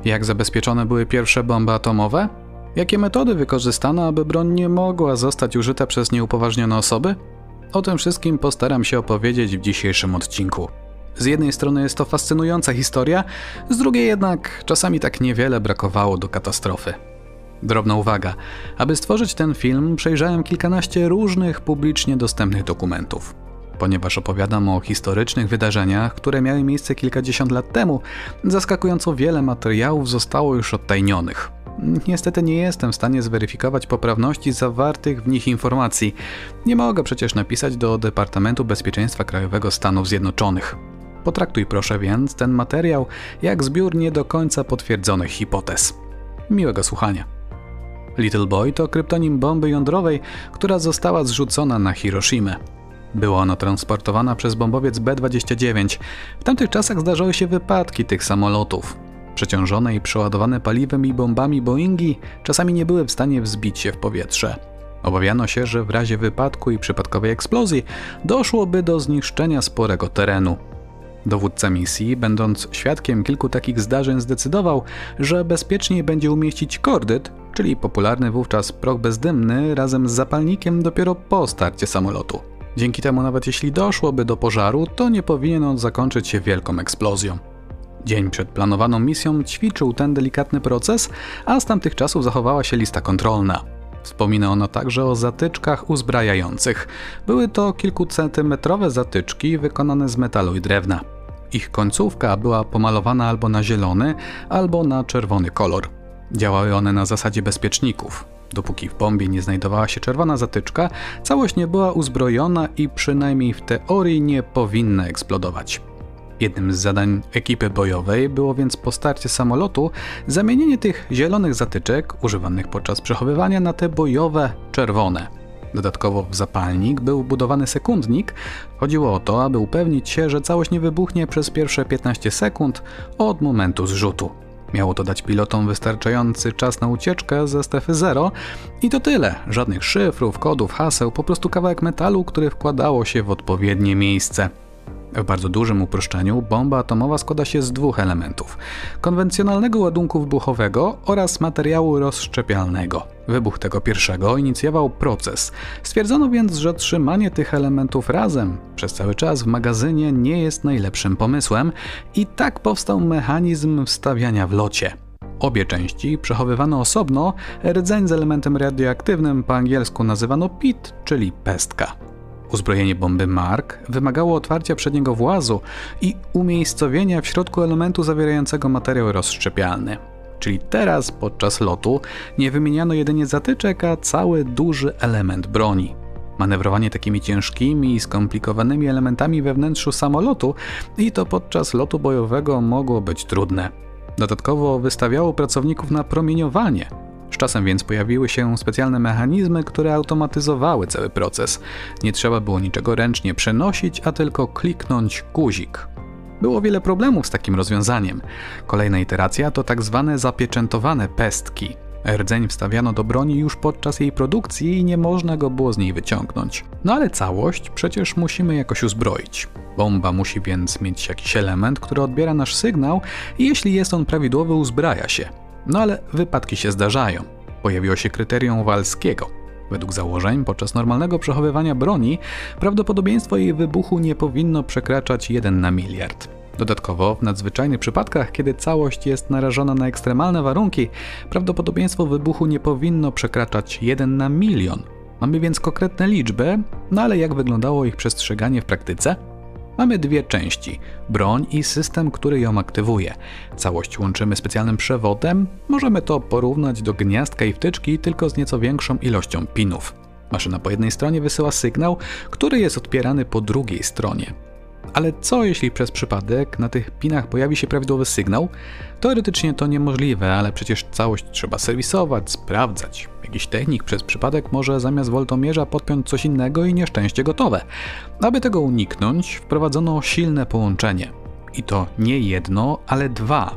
Jak zabezpieczone były pierwsze bomby atomowe? Jakie metody wykorzystano, aby broń nie mogła zostać użyta przez nieupoważnione osoby? O tym wszystkim postaram się opowiedzieć w dzisiejszym odcinku. Z jednej strony jest to fascynująca historia, z drugiej jednak czasami tak niewiele brakowało do katastrofy. Drobna uwaga. Aby stworzyć ten film, przejrzałem kilkanaście różnych publicznie dostępnych dokumentów. Ponieważ opowiadam o historycznych wydarzeniach, które miały miejsce kilkadziesiąt lat temu, zaskakująco wiele materiałów zostało już odtajnionych. Niestety nie jestem w stanie zweryfikować poprawności zawartych w nich informacji. Nie mogę przecież napisać do Departamentu Bezpieczeństwa Krajowego Stanów Zjednoczonych. Potraktuj proszę więc ten materiał jak zbiór nie do końca potwierdzonych hipotez. Miłego słuchania. Little Boy to kryptonim bomby jądrowej, która została zrzucona na Hiroshimę. Była ona transportowana przez bombowiec B-29. W tamtych czasach zdarzały się wypadki tych samolotów. Przeciążone i przeładowane paliwem i bombami Boeingi czasami nie były w stanie wzbić się w powietrze. Obawiano się, że w razie wypadku i przypadkowej eksplozji doszłoby do zniszczenia sporego terenu. Dowódca misji, będąc świadkiem kilku takich zdarzeń, zdecydował, że bezpieczniej będzie umieścić kordyt, czyli popularny wówczas proch bezdymny, razem z zapalnikiem dopiero po starcie samolotu. Dzięki temu nawet jeśli doszłoby do pożaru, to nie powinien on zakończyć się wielką eksplozją. Dzień przed planowaną misją ćwiczył ten delikatny proces, a z tamtych czasów zachowała się lista kontrolna. Wspomina ono także o zatyczkach uzbrajających. Były to kilkucentymetrowe zatyczki wykonane z metalu i drewna. Ich końcówka była pomalowana albo na zielony, albo na czerwony kolor. Działały one na zasadzie bezpieczników. Dopóki w bombie nie znajdowała się czerwona zatyczka, całość nie była uzbrojona i przynajmniej w teorii nie powinna eksplodować. Jednym z zadań ekipy bojowej było więc po starcie samolotu zamienienie tych zielonych zatyczek, używanych podczas przechowywania, na te bojowe, czerwone. Dodatkowo w zapalnik był wbudowany sekundnik. Chodziło o to, aby upewnić się, że całość nie wybuchnie przez pierwsze 15 sekund od momentu zrzutu. Miało to dać pilotom wystarczający czas na ucieczkę ze strefy zero i to tyle. Żadnych szyfrów, kodów, haseł, po prostu kawałek metalu, który wkładało się w odpowiednie miejsce. W bardzo dużym uproszczeniu bomba atomowa składa się z dwóch elementów: konwencjonalnego ładunku wybuchowego oraz materiału rozszczepialnego. Wybuch tego pierwszego inicjował proces. Stwierdzono więc, że trzymanie tych elementów razem przez cały czas w magazynie nie jest najlepszym pomysłem i tak powstał mechanizm wstawiania w locie. Obie części przechowywano osobno, rdzeń z elementem radioaktywnym po angielsku nazywano pit, czyli pestka. Uzbrojenie bomby Mark wymagało otwarcia przedniego włazu i umiejscowienia w środku elementu zawierającego materiał rozszczepialny. Czyli teraz podczas lotu nie wymieniano jedynie zatyczek, a cały duży element broni. Manewrowanie takimi ciężkimi i skomplikowanymi elementami we wnętrzu samolotu i to podczas lotu bojowego mogło być trudne. Dodatkowo wystawiało pracowników na promieniowanie. Z czasem więc pojawiły się specjalne mechanizmy, które automatyzowały cały proces. Nie trzeba było niczego ręcznie przenosić, a tylko kliknąć guzik. Było wiele problemów z takim rozwiązaniem. Kolejna iteracja to tak zwane zapieczętowane pestki. Rdzeń wstawiano do broni już podczas jej produkcji i nie można go było z niej wyciągnąć. No ale całość przecież musimy jakoś uzbroić. Bomba musi więc mieć jakiś element, który odbiera nasz sygnał i jeśli jest on prawidłowy, uzbraja się. No ale wypadki się zdarzają. Pojawiło się kryterium Walskiego. Według założeń, podczas normalnego przechowywania broni, prawdopodobieństwo jej wybuchu nie powinno przekraczać 1 na miliard. Dodatkowo, w nadzwyczajnych przypadkach, kiedy całość jest narażona na ekstremalne warunki, prawdopodobieństwo wybuchu nie powinno przekraczać 1 na milion. Mamy więc konkretne liczby, no ale jak wyglądało ich przestrzeganie w praktyce? Mamy dwie części: broń i system, który ją aktywuje. Całość łączymy specjalnym przewodem. Możemy to porównać do gniazdka i wtyczki, tylko z nieco większą ilością pinów. Maszyna po jednej stronie wysyła sygnał, który jest odbierany po drugiej stronie. Ale co jeśli przez przypadek na tych pinach pojawi się prawidłowy sygnał? Teoretycznie to niemożliwe, ale przecież całość trzeba serwisować, sprawdzać. Jakiś technik przez przypadek może zamiast woltomierza podpiąć coś innego i nieszczęście gotowe. Aby tego uniknąć, wprowadzono silne połączenie. I to nie jedno, ale dwa.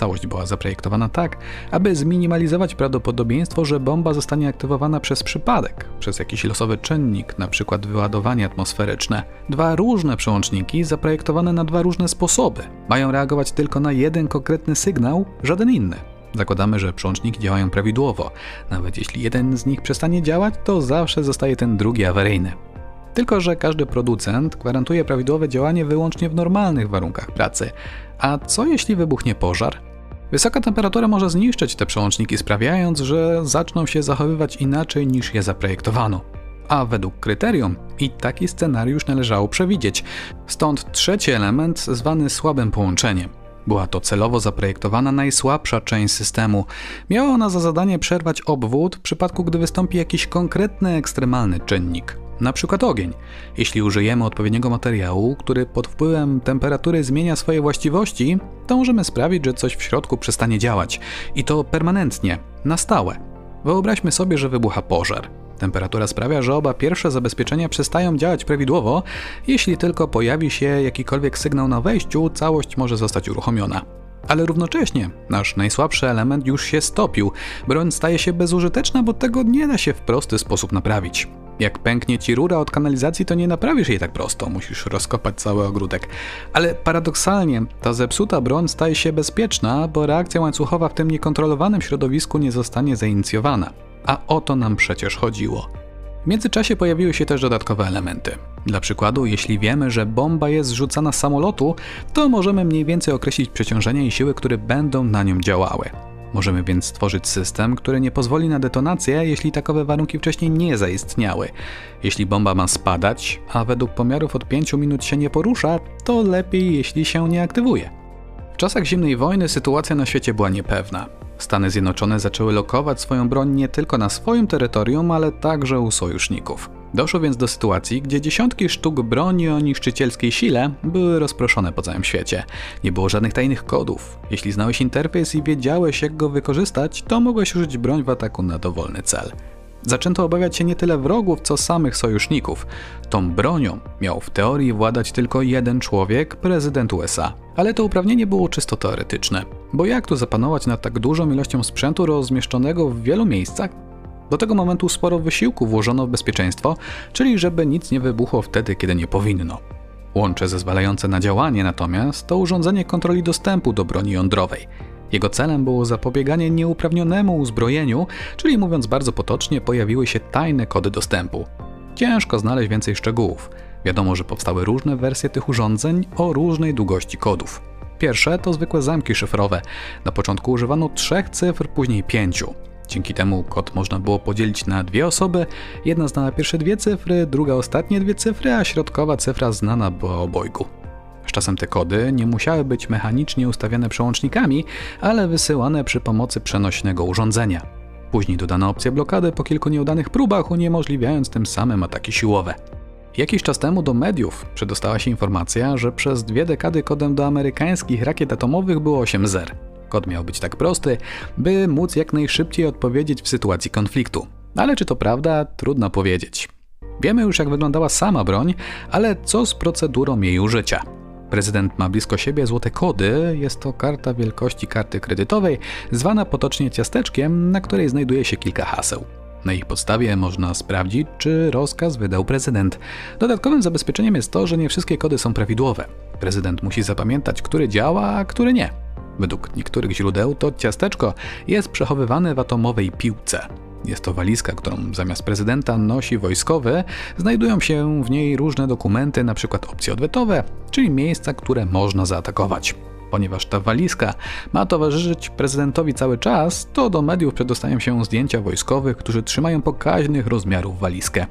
Całość była zaprojektowana tak, aby zminimalizować prawdopodobieństwo, że bomba zostanie aktywowana przez przypadek, przez jakiś losowy czynnik, np. wyładowanie atmosferyczne. Dwa różne przełączniki zaprojektowane na dwa różne sposoby. Mają reagować tylko na jeden konkretny sygnał, żaden inny. Zakładamy, że przełączniki działają prawidłowo. Nawet jeśli jeden z nich przestanie działać, to zawsze zostaje ten drugi awaryjny. Tylko że każdy producent gwarantuje prawidłowe działanie wyłącznie w normalnych warunkach pracy. A co jeśli wybuchnie pożar? Wysoka temperatura może zniszczyć te przełączniki, sprawiając, że zaczną się zachowywać inaczej niż je zaprojektowano. A według kryterium i taki scenariusz należało przewidzieć. Stąd trzeci element zwany słabym połączeniem. Była to celowo zaprojektowana najsłabsza część systemu. Miała ona za zadanie przerwać obwód w przypadku, gdy wystąpi jakiś konkretny ekstremalny czynnik. Na przykład ogień. Jeśli użyjemy odpowiedniego materiału, który pod wpływem temperatury zmienia swoje właściwości, to możemy sprawić, że coś w środku przestanie działać. I to permanentnie, na stałe. Wyobraźmy sobie, że wybucha pożar. Temperatura sprawia, że oba pierwsze zabezpieczenia przestają działać prawidłowo. Jeśli tylko pojawi się jakikolwiek sygnał na wejściu, całość może zostać uruchomiona. Ale równocześnie nasz najsłabszy element już się stopił. Broń staje się bezużyteczna, bo tego nie da się w prosty sposób naprawić. Jak pęknie ci rura od kanalizacji, to nie naprawisz jej tak prosto, musisz rozkopać cały ogródek. Ale paradoksalnie, ta zepsuta broń staje się bezpieczna, bo reakcja łańcuchowa w tym niekontrolowanym środowisku nie zostanie zainicjowana. A o to nam przecież chodziło. W międzyczasie pojawiły się też dodatkowe elementy. Dla przykładu, jeśli wiemy, że bomba jest zrzucana z samolotu, to możemy mniej więcej określić przeciążenia i siły, które będą na nią działały. Możemy więc stworzyć system, który nie pozwoli na detonację, jeśli takowe warunki wcześniej nie zaistniały. Jeśli bomba ma spadać, a według pomiarów od 5 minut się nie porusza, to lepiej, jeśli się nie aktywuje. W czasach zimnej wojny sytuacja na świecie była niepewna. Stany Zjednoczone zaczęły lokować swoją broń nie tylko na swoim terytorium, ale także u sojuszników. Doszło więc do sytuacji, gdzie dziesiątki sztuk broni o niszczycielskiej sile były rozproszone po całym świecie. Nie było żadnych tajnych kodów. Jeśli znałeś interfejs i wiedziałeś, jak go wykorzystać, to mogłeś użyć broń w ataku na dowolny cel. Zaczęto obawiać się nie tyle wrogów, co samych sojuszników. Tą bronią miał w teorii władać tylko jeden człowiek, prezydent USA. Ale to uprawnienie było czysto teoretyczne. Bo jak tu zapanować nad tak dużą ilością sprzętu rozmieszczonego w wielu miejscach? Do tego momentu sporo wysiłku włożono w bezpieczeństwo, czyli żeby nic nie wybuchło wtedy, kiedy nie powinno. Łącze zezwalające na działanie natomiast to urządzenie kontroli dostępu do broni jądrowej. Jego celem było zapobieganie nieuprawnionemu uzbrojeniu, czyli mówiąc bardzo potocznie, pojawiły się tajne kody dostępu. Ciężko znaleźć więcej szczegółów. Wiadomo, że powstały różne wersje tych urządzeń o różnej długości kodów. Pierwsze to zwykłe zamki szyfrowe. Na początku używano 3 cyfr, później 5. Dzięki temu kod można było podzielić na 2 osoby, jedna znała pierwsze 2 cyfry, druga ostatnie 2 cyfry, a środkowa cyfra znana była obojgu. Z czasem te kody nie musiały być mechanicznie ustawiane przełącznikami, ale wysyłane przy pomocy przenośnego urządzenia. Później dodano opcję blokady po kilku nieudanych próbach, uniemożliwiając tym samym ataki siłowe. Jakiś czas temu do mediów przedostała się informacja, że przez 2 dekady kodem do amerykańskich rakiet atomowych było 8 zer. Kod miał być tak prosty, by móc jak najszybciej odpowiedzieć w sytuacji konfliktu. Ale czy to prawda? Trudno powiedzieć. Wiemy już, jak wyglądała sama broń, ale co z procedurą jej użycia? Prezydent ma blisko siebie złote kody, jest to karta wielkości karty kredytowej, zwana potocznie ciasteczkiem, na której znajduje się kilka haseł. Na ich podstawie można sprawdzić, czy rozkaz wydał prezydent. Dodatkowym zabezpieczeniem jest to, że nie wszystkie kody są prawidłowe. Prezydent musi zapamiętać, który działa, a który nie. Według niektórych źródeł to ciasteczko jest przechowywane w atomowej piłce. Jest to walizka, którą zamiast prezydenta nosi wojskowy. Znajdują się w niej różne dokumenty, np. opcje odwetowe, czyli miejsca, które można zaatakować. Ponieważ ta walizka ma towarzyszyć prezydentowi cały czas, to do mediów przedostają się zdjęcia wojskowych, którzy trzymają pokaźnych rozmiarów walizkę.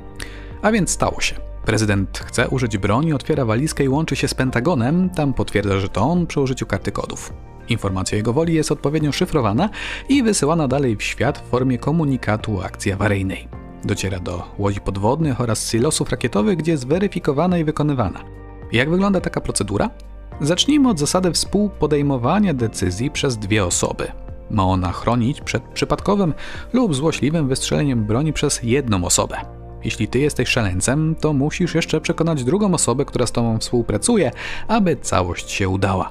A więc stało się. Prezydent chce użyć broni, otwiera walizkę i łączy się z Pentagonem, tam potwierdza, że to on przy użyciu karty kodów. Informacja jego woli jest odpowiednio szyfrowana i wysyłana dalej w świat w formie komunikatu o akcji awaryjnej. Dociera do łodzi podwodnych oraz silosów rakietowych, gdzie jest weryfikowana i wykonywana. Jak wygląda taka procedura? Zacznijmy od zasady współpodejmowania decyzji przez 2 osoby. Ma ona chronić przed przypadkowym lub złośliwym wystrzeleniem broni przez 1 osobę. Jeśli ty jesteś szaleńcem, to musisz jeszcze przekonać drugą osobę, która z tobą współpracuje, aby całość się udała.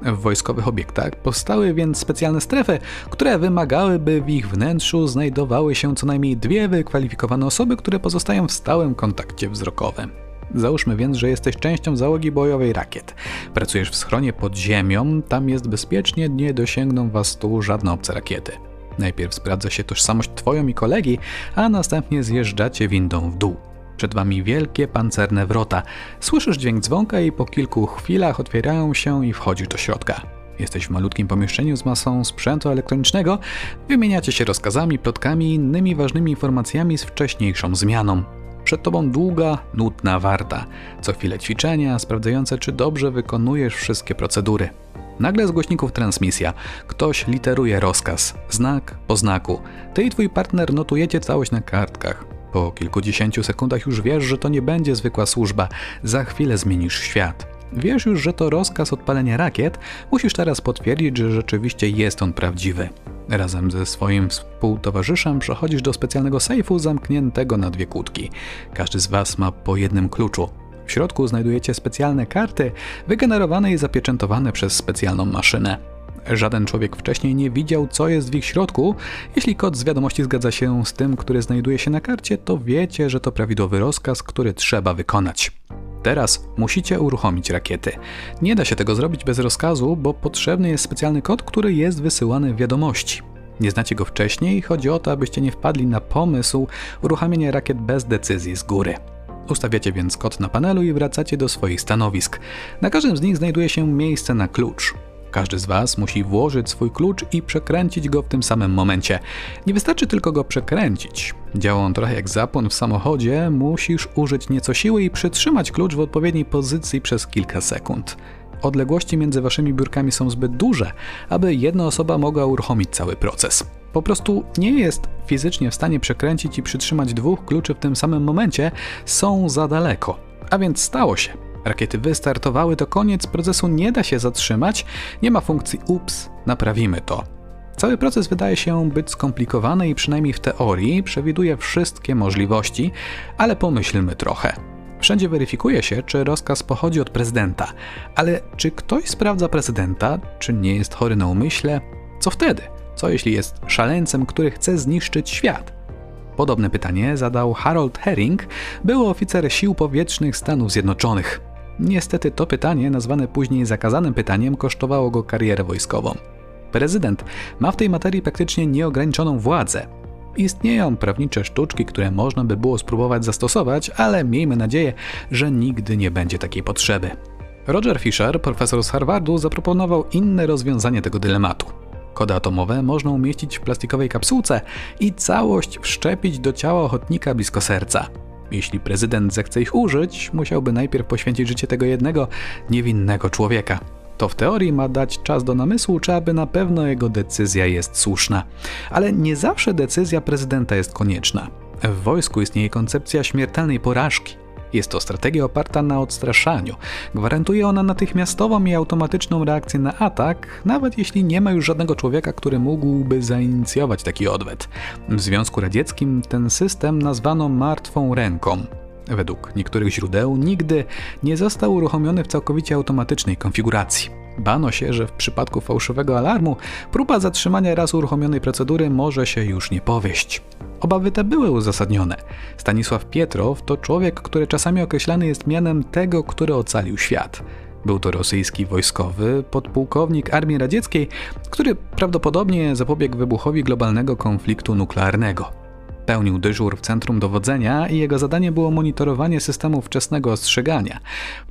W wojskowych obiektach powstały więc specjalne strefy, które wymagały, by w ich wnętrzu znajdowały się co najmniej 2 wykwalifikowane osoby, które pozostają w stałym kontakcie wzrokowym. Załóżmy więc, że jesteś częścią załogi bojowej rakiet. Pracujesz w schronie pod ziemią, tam jest bezpiecznie, nie dosięgną was tu żadne obce rakiety. Najpierw sprawdza się tożsamość twoją i kolegi, a następnie zjeżdżacie windą w dół. Przed wami wielkie pancerne wrota. Słyszysz dźwięk dzwonka i po kilku chwilach otwierają się i wchodzisz do środka. Jesteś w malutkim pomieszczeniu z masą sprzętu elektronicznego, wymieniacie się rozkazami, plotkami i innymi ważnymi informacjami z wcześniejszą zmianą. Przed tobą długa, nudna warta. Co chwilę ćwiczenia, sprawdzające, czy dobrze wykonujesz wszystkie procedury. Nagle z głośników transmisja. Ktoś literuje rozkaz, znak po znaku. Ty i twój partner notujecie całość na kartkach. Po kilkudziesięciu sekundach już wiesz, że to nie będzie zwykła służba. Za chwilę zmienisz świat. Wiesz już, że to rozkaz odpalenia rakiet. Musisz teraz potwierdzić, że rzeczywiście jest on prawdziwy. Razem ze swoim współtowarzyszem przechodzisz do specjalnego sejfu zamkniętego na 2 kłódki. Każdy z was ma po jednym kluczu. W środku znajdujecie specjalne karty, wygenerowane i zapieczętowane przez specjalną maszynę. Żaden człowiek wcześniej nie widział, co jest w ich środku. Jeśli kod z wiadomości zgadza się z tym, który znajduje się na karcie, to wiecie, że to prawidłowy rozkaz, który trzeba wykonać. Teraz musicie uruchomić rakiety. Nie da się tego zrobić bez rozkazu, bo potrzebny jest specjalny kod, który jest wysyłany w wiadomości. Nie znacie go wcześniej, chodzi o to, abyście nie wpadli na pomysł uruchamiania rakiet bez decyzji z góry. Ustawiacie więc kod na panelu i wracacie do swoich stanowisk. Na każdym z nich znajduje się miejsce na klucz. Każdy z was musi włożyć swój klucz i przekręcić go w tym samym momencie. Nie wystarczy tylko go przekręcić. Działa on trochę jak zapłon w samochodzie, musisz użyć nieco siły i przytrzymać klucz w odpowiedniej pozycji przez kilka sekund. Odległości między waszymi biurkami są zbyt duże, aby jedna osoba mogła uruchomić cały proces. Po prostu nie jest fizycznie w stanie przekręcić i przytrzymać 2 kluczy w tym samym momencie, są za daleko. A więc stało się. Rakiety wystartowały, to koniec procesu, nie da się zatrzymać, nie ma funkcji ups, naprawimy to. Cały proces wydaje się być skomplikowany i przynajmniej w teorii przewiduje wszystkie możliwości, ale pomyślmy trochę. Wszędzie weryfikuje się, czy rozkaz pochodzi od prezydenta, ale czy ktoś sprawdza prezydenta, czy nie jest chory na umyśle? Co wtedy? Co jeśli jest szaleńcem, który chce zniszczyć świat? Podobne pytanie zadał Harold Herring, były oficer Sił Powietrznych Stanów Zjednoczonych. Niestety to pytanie, nazwane później zakazanym pytaniem, kosztowało go karierę wojskową. Prezydent ma w tej materii praktycznie nieograniczoną władzę. Istnieją prawnicze sztuczki, które można by było spróbować zastosować, ale miejmy nadzieję, że nigdy nie będzie takiej potrzeby. Roger Fisher, profesor z Harvardu, zaproponował inne rozwiązanie tego dylematu. Kody atomowe można umieścić w plastikowej kapsułce i całość wszczepić do ciała ochotnika blisko serca. Jeśli prezydent zechce ich użyć, musiałby najpierw poświęcić życie tego jednego, niewinnego człowieka. To w teorii ma dać czas do namysłu, czy aby na pewno jego decyzja jest słuszna. Ale nie zawsze decyzja prezydenta jest konieczna. W wojsku istnieje koncepcja śmiertelnej porażki. Jest to strategia oparta na odstraszaniu. Gwarantuje ona natychmiastową i automatyczną reakcję na atak, nawet jeśli nie ma już żadnego człowieka, który mógłby zainicjować taki odwet. W Związku Radzieckim ten system nazwano martwą ręką. Według niektórych źródeł nigdy nie został uruchomiony w całkowicie automatycznej konfiguracji. Bano się, że w przypadku fałszywego alarmu próba zatrzymania raz uruchomionej procedury może się już nie powieść. Obawy te były uzasadnione. Stanisław Pietrow to człowiek, który czasami określany jest mianem tego, który ocalił świat. Był to rosyjski wojskowy, podpułkownik Armii Radzieckiej, który prawdopodobnie zapobiegł wybuchowi globalnego konfliktu nuklearnego. Pełnił dyżur w centrum dowodzenia i jego zadanie było monitorowanie systemu wczesnego ostrzegania. W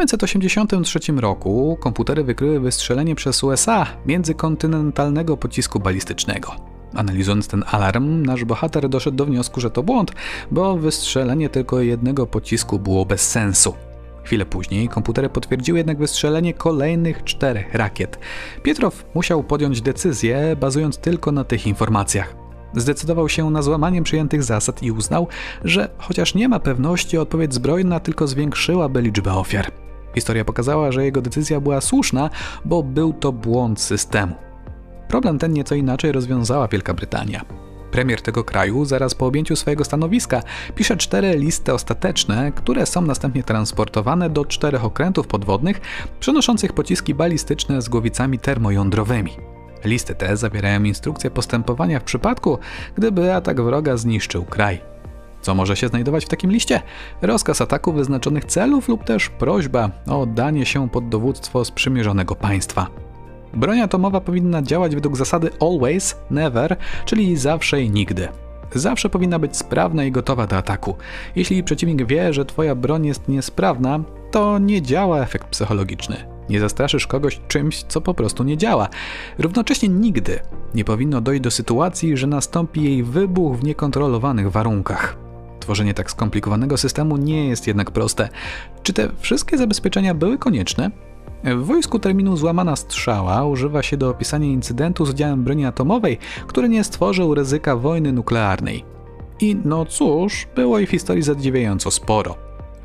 1983 roku komputery wykryły wystrzelenie przez USA międzykontynentalnego pocisku balistycznego. Analizując ten alarm, nasz bohater doszedł do wniosku, że to błąd, bo wystrzelenie tylko jednego pocisku było bez sensu. Chwilę później komputery potwierdziły jednak wystrzelenie kolejnych 4 rakiet. Pietrow musiał podjąć decyzję, bazując tylko na tych informacjach. Zdecydował się na złamanie przyjętych zasad i uznał, że chociaż nie ma pewności, odpowiedź zbrojna tylko zwiększyłaby liczbę ofiar. Historia pokazała, że jego decyzja była słuszna, bo był to błąd systemu. Problem ten nieco inaczej rozwiązała Wielka Brytania. Premier tego kraju zaraz po objęciu swojego stanowiska pisze 4 listy ostateczne, które są następnie transportowane do 4 okrętów podwodnych przenoszących pociski balistyczne z głowicami termojądrowymi. Listy te zawierają instrukcje postępowania w przypadku, gdyby atak wroga zniszczył kraj. Co może się znajdować w takim liście? Rozkaz ataku wyznaczonych celów lub też prośba o oddanie się pod dowództwo sprzymierzonego państwa. Broń atomowa powinna działać według zasady always, never, czyli zawsze i nigdy. Zawsze powinna być sprawna i gotowa do ataku. Jeśli przeciwnik wie, że twoja broń jest niesprawna, to nie działa efekt psychologiczny. Nie zastraszysz kogoś czymś, co po prostu nie działa. Równocześnie nigdy nie powinno dojść do sytuacji, że nastąpi jej wybuch w niekontrolowanych warunkach. Tworzenie tak skomplikowanego systemu nie jest jednak proste. Czy te wszystkie zabezpieczenia były konieczne? W wojsku terminu złamana strzała używa się do opisania incydentu z udziałem broni atomowej, który nie stworzył ryzyka wojny nuklearnej. I no cóż, było i w historii zadziwiająco sporo. W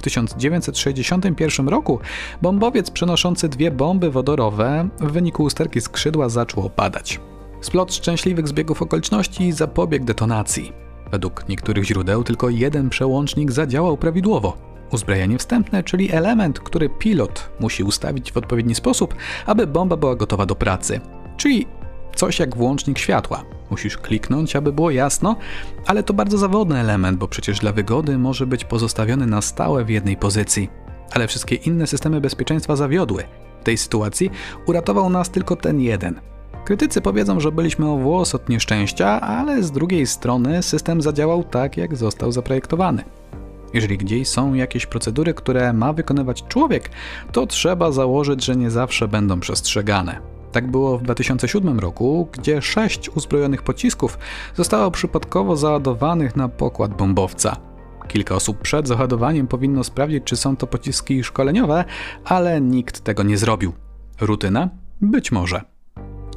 1961 roku bombowiec przenoszący 2 bomby wodorowe w wyniku usterki skrzydła zaczął opadać. Splot szczęśliwych zbiegów okoliczności zapobiegł detonacji. Według niektórych źródeł tylko 1 przełącznik zadziałał prawidłowo. Uzbrojenie wstępne, czyli element, który pilot musi ustawić w odpowiedni sposób, aby bomba była gotowa do pracy. Czyli coś jak włącznik światła. Musisz kliknąć, aby było jasno, ale to bardzo zawodny element, bo przecież dla wygody może być pozostawiony na stałe w jednej pozycji. Ale wszystkie inne systemy bezpieczeństwa zawiodły. W tej sytuacji uratował nas tylko ten jeden. Krytycy powiedzą, że byliśmy o włos od nieszczęścia, ale z drugiej strony system zadziałał tak, jak został zaprojektowany. Jeżeli gdzieś są jakieś procedury, które ma wykonywać człowiek, to trzeba założyć, że nie zawsze będą przestrzegane. Tak było w 2007 roku, gdzie 6 uzbrojonych pocisków zostało przypadkowo załadowanych na pokład bombowca. Kilka osób przed załadowaniem powinno sprawdzić, czy są to pociski szkoleniowe, ale nikt tego nie zrobił. Rutyna? Być może. W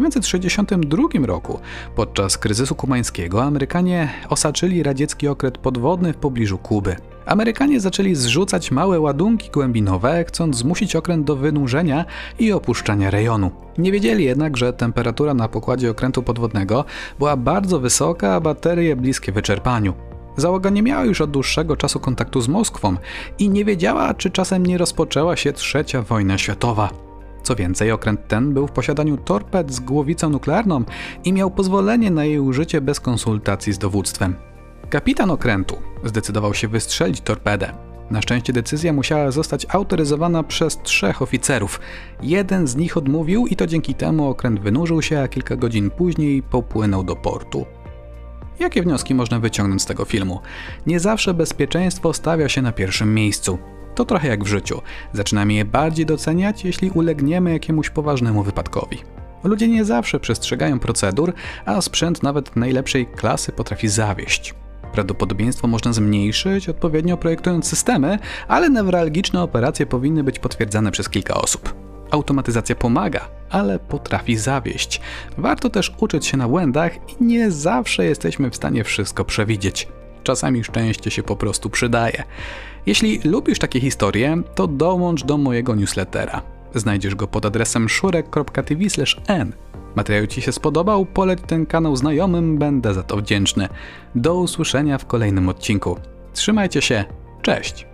1962 roku, podczas kryzysu kubańskiego, Amerykanie osaczyli radziecki okręt podwodny w pobliżu Kuby. Amerykanie zaczęli zrzucać małe ładunki głębinowe, chcąc zmusić okręt do wynurzenia i opuszczania rejonu. Nie wiedzieli jednak, że temperatura na pokładzie okrętu podwodnego była bardzo wysoka, a baterie bliskie wyczerpaniu. Załoga nie miała już od dłuższego czasu kontaktu z Moskwą i nie wiedziała, czy czasem nie rozpoczęła się III wojna światowa. Co więcej, okręt ten był w posiadaniu torped z głowicą nuklearną i miał pozwolenie na jej użycie bez konsultacji z dowództwem. Kapitan okrętu zdecydował się wystrzelić torpedę. Na szczęście decyzja musiała zostać autoryzowana przez 3 oficerów. Jeden z nich odmówił i to dzięki temu okręt wynurzył się, a kilka godzin później popłynął do portu. Jakie wnioski można wyciągnąć z tego filmu? Nie zawsze bezpieczeństwo stawia się na pierwszym miejscu. To trochę jak w życiu. Zaczynamy je bardziej doceniać, jeśli ulegniemy jakiemuś poważnemu wypadkowi. Ludzie nie zawsze przestrzegają procedur, a sprzęt nawet najlepszej klasy potrafi zawieść. Prawdopodobieństwo można zmniejszyć, odpowiednio projektując systemy, ale newralgiczne operacje powinny być potwierdzane przez kilka osób. Automatyzacja pomaga, ale potrafi zawieść. Warto też uczyć się na błędach i nie zawsze jesteśmy w stanie wszystko przewidzieć. Czasami szczęście się po prostu przydaje. Jeśli lubisz takie historie, to dołącz do mojego newslettera. Znajdziesz go pod adresem szurek.tv/n. Materiał Ci się spodobał? Poleć ten kanał znajomym, będę za to wdzięczny. Do usłyszenia w kolejnym odcinku. Trzymajcie się, cześć!